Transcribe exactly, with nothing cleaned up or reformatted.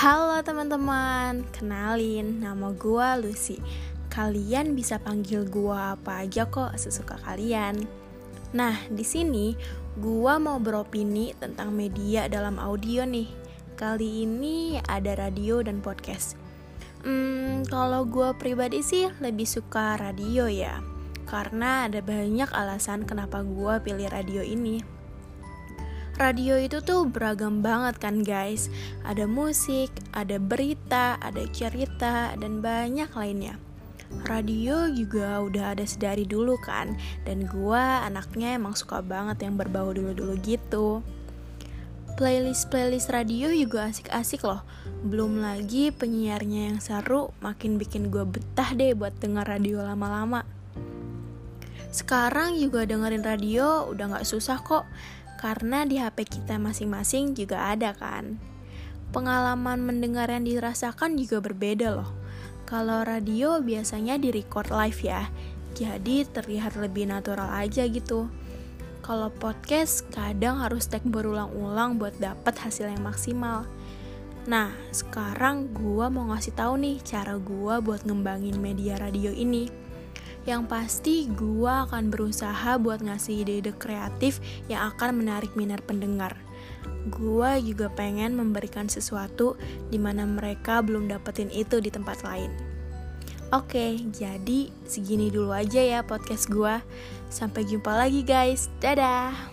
Halo teman-teman, kenalin, nama gua Lucy. Kalian bisa panggil gua apa aja kok, sesuka kalian. Nah, di sini gua mau beropini tentang media dalam audio nih. Kali ini ada radio dan podcast. Hmm, kalau gua pribadi sih lebih suka radio ya, karena ada banyak alasan kenapa gua pilih radio ini. Radio itu tuh beragam banget kan guys. Ada musik, ada berita, ada cerita, dan banyak lainnya. Radio juga udah ada sedari dulu kan. Dan gua anaknya emang suka banget yang berbau dulu-dulu gitu. Playlist-playlist radio juga asik-asik loh. Belum lagi penyiarnya yang seru, makin bikin gua betah deh buat denger radio lama-lama. Sekarang juga dengerin radio udah gak susah kok, karena di H P kita masing-masing juga ada kan. Pengalaman mendengar yang dirasakan juga berbeda loh. Kalau radio biasanya di-record live ya, jadi terlihat lebih natural aja gitu. Kalau podcast kadang harus take berulang-ulang buat dapet hasil yang maksimal. Nah, sekarang gua mau ngasih tahu nih cara gua buat ngembangin media radio ini. Yang pasti gua akan berusaha buat ngasih ide-ide kreatif yang akan menarik minat pendengar. Gua juga pengen memberikan sesuatu di mana mereka belum dapetin itu di tempat lain. Oke, jadi segini dulu aja ya podcast gua. Sampai jumpa lagi guys. Dadah.